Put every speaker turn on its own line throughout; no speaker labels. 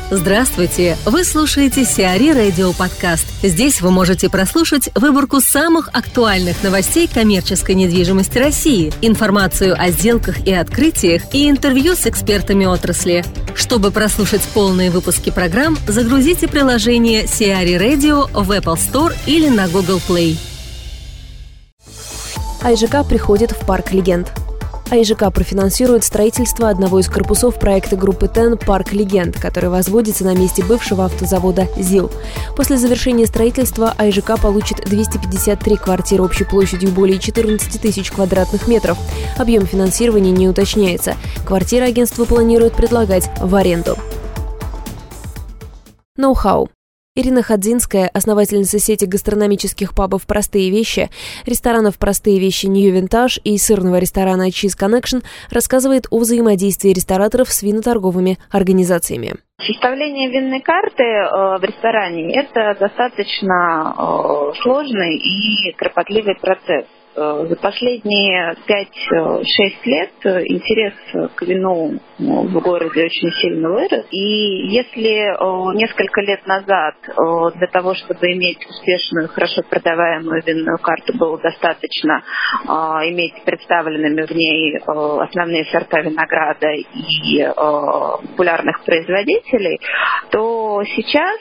Здравствуйте! Вы слушаете Сиари Радио Подкаст. Здесь вы можете прослушать выборку самых актуальных новостей коммерческой недвижимости России, информацию о сделках и открытиях и интервью с экспертами отрасли. Чтобы прослушать полные выпуски программ, загрузите приложение Сиари Radio в Apple Store или на Google Play.
АИЖК приходит в Парк Легенд. АИЖК профинансирует строительство одного из корпусов проекта группы ТЭН «Парк Легенд», который возводится на месте бывшего автозавода ЗИЛ. После завершения строительства АИЖК получит 253 квартиры общей площадью более 14 тысяч квадратных метров. Объем финансирования не уточняется. Квартиры агентство планирует предлагать в аренду. Ноу-хау. Ирина Ходзинская, основательница сети гастрономических пабов «Простые вещи», ресторанов «Простые вещи New Vintage» и сырного ресторана Cheese Connection, рассказывает о взаимодействии рестораторов с виноторговыми организациями.
Составление винной карты в ресторане – это достаточно сложный и кропотливый процесс. За последние 5-6 лет интерес к вину в городе очень сильно вырос. И если несколько лет назад для того, чтобы иметь успешную, хорошо продаваемую винную карту, было достаточно иметь представленными в ней основные сорта винограда и популярных производителей, то сейчас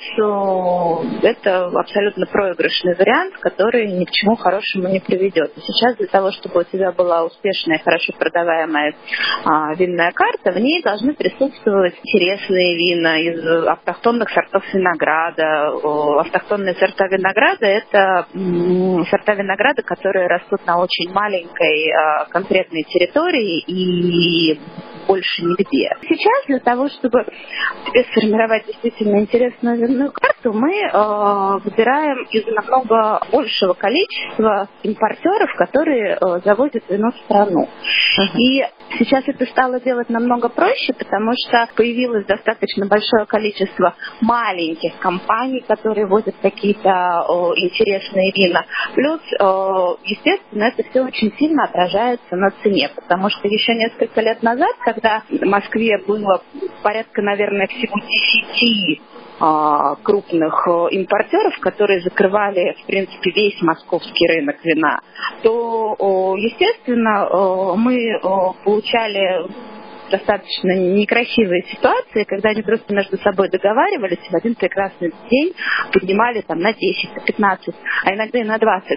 это абсолютно проигрышный вариант, который ни к чему хорошему не приведет. Сейчас для того, чтобы у тебя была успешная, хорошо продаваемая винная карта, в ней должны присутствовать интересные вина из автохтонных сортов винограда. Автохтонные сорта винограда – это сорта винограда, которые растут на очень маленькой конкретной территории и больше нигде. Сейчас для того, чтобы тебе сформировать действительно интересную винную карту, мы выбираем из намного большего количества импортеров, которые завозят вино в страну. И сейчас это стало делать намного проще, потому что появилось достаточно большое количество маленьких компаний, которые возят какие-то интересные вина. Плюс, естественно, это все очень сильно отражается на цене, потому что еще несколько лет назад, когда в Москве было порядка, наверное, всего 10 крупных импортеров, которые закрывали, в принципе, весь московский рынок вина, то, естественно, мы получали достаточно некрасивые ситуации, когда они просто между собой договаривались и в один прекрасный день поднимали там на 10, на 15, а иногда и на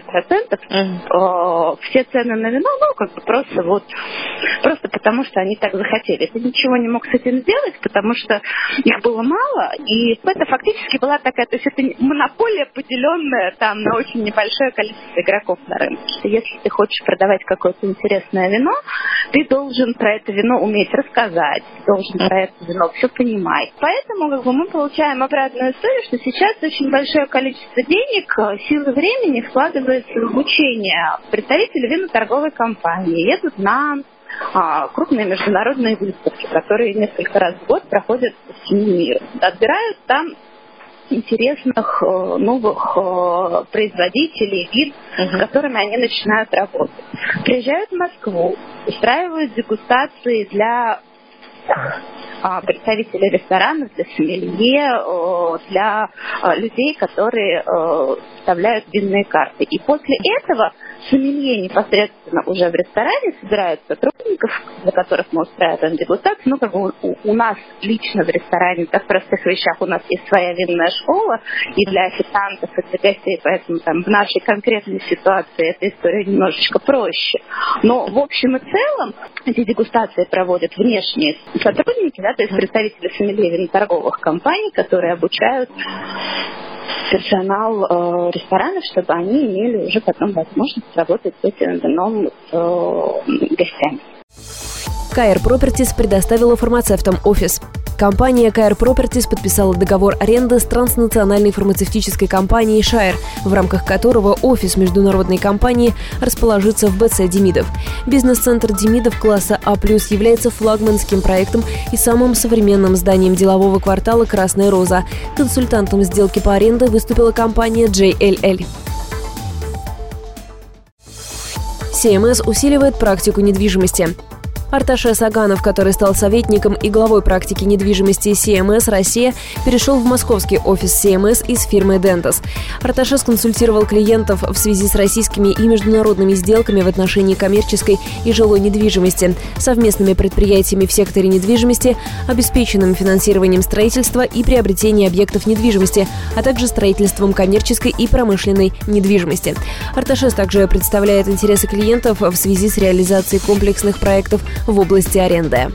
20% все цены на вино, просто потому, что они так захотели. Ты ничего не мог с этим сделать, потому что их было мало, и это фактически была такая, то есть это монополия, поделенная там на очень небольшое количество игроков на рынке. Если ты хочешь продавать какое-то интересное вино, ты должен про это вино уметь рассказать, должен про это вино все понимать. Поэтому мы получаем обратную историю, что сейчас очень большое количество денег, сил и времени вкладывается в обучение представителей виноторговой компании, едут на крупные международные выставки, которые несколько раз в год проходят по всему миру. Отбирают там интересных новых производителей, вин, с которыми они начинают работать. Приезжают в Москву, устраивают дегустации для представителей ресторанов, для сомелье, для людей, которые составляют винные карты. И после этого сомелье непосредственно уже в ресторане собирают сотрудников, для которых мы устраиваем дегустацию. У нас лично в ресторане, как в простых вещах, у нас есть своя винная школа и для официантов, и для гостей, поэтому там в нашей конкретной ситуации эта история немножечко проще. Но в общем и целом эти дегустации проводят внешние сотрудники, то есть представители сомелье виноторговых компаний, которые обучают персонал ресторанов, чтобы они имели уже потом возможность работать с этим вином с гостями.
KR Properties предоставила фармацевтам офис. Компания KR Properties подписала договор аренды с транснациональной фармацевтической компанией Shire, в рамках которого офис международной компании расположится в БЦ Демидов. Бизнес-центр Демидов класса А+, является флагманским проектом и самым современным зданием делового квартала «Красная роза». Консультантом сделки по аренде выступила компания JLL. CMS усиливает практику недвижимости. Арташес Аганов, который стал советником и главой практики недвижимости CMS Россия, перешел в московский офис CMS из фирмы Dentas. Арташес консультировал клиентов в связи с российскими и международными сделками в отношении коммерческой и жилой недвижимости, совместными предприятиями в секторе недвижимости, обеспеченным финансированием строительства и приобретения объектов недвижимости, а также строительством коммерческой и промышленной недвижимости. Арташес также представляет интересы клиентов в связи с реализацией комплексных проектов в области аренды.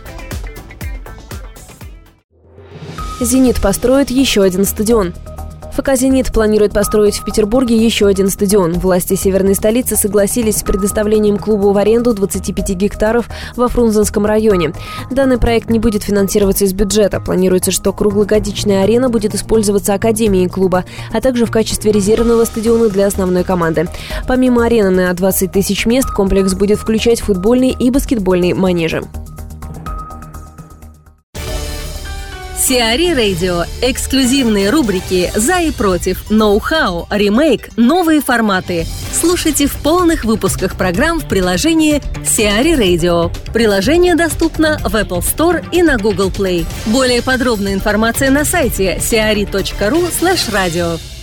«Зенит» построит еще один стадион. ФК «Зенит» планирует построить в Петербурге еще один стадион. Власти северной столицы согласились с предоставлением клубу в аренду 25 гектаров во Фрунзенском районе. Данный проект не будет финансироваться из бюджета. Планируется, что круглогодичная арена будет использоваться академией клуба, а также в качестве резервного стадиона для основной команды. Помимо арены на 20 тысяч мест, комплекс будет включать футбольный и баскетбольный манежи.
Сиари Радио. Эксклюзивные рубрики «За и против», «Ноу-хау», «Ремейк», «Новые форматы». Слушайте в полных выпусках программ в приложении Сиари Radio. Приложение доступно в Apple Store и на Google Play. Более подробная информация на сайте siari.ru/radio.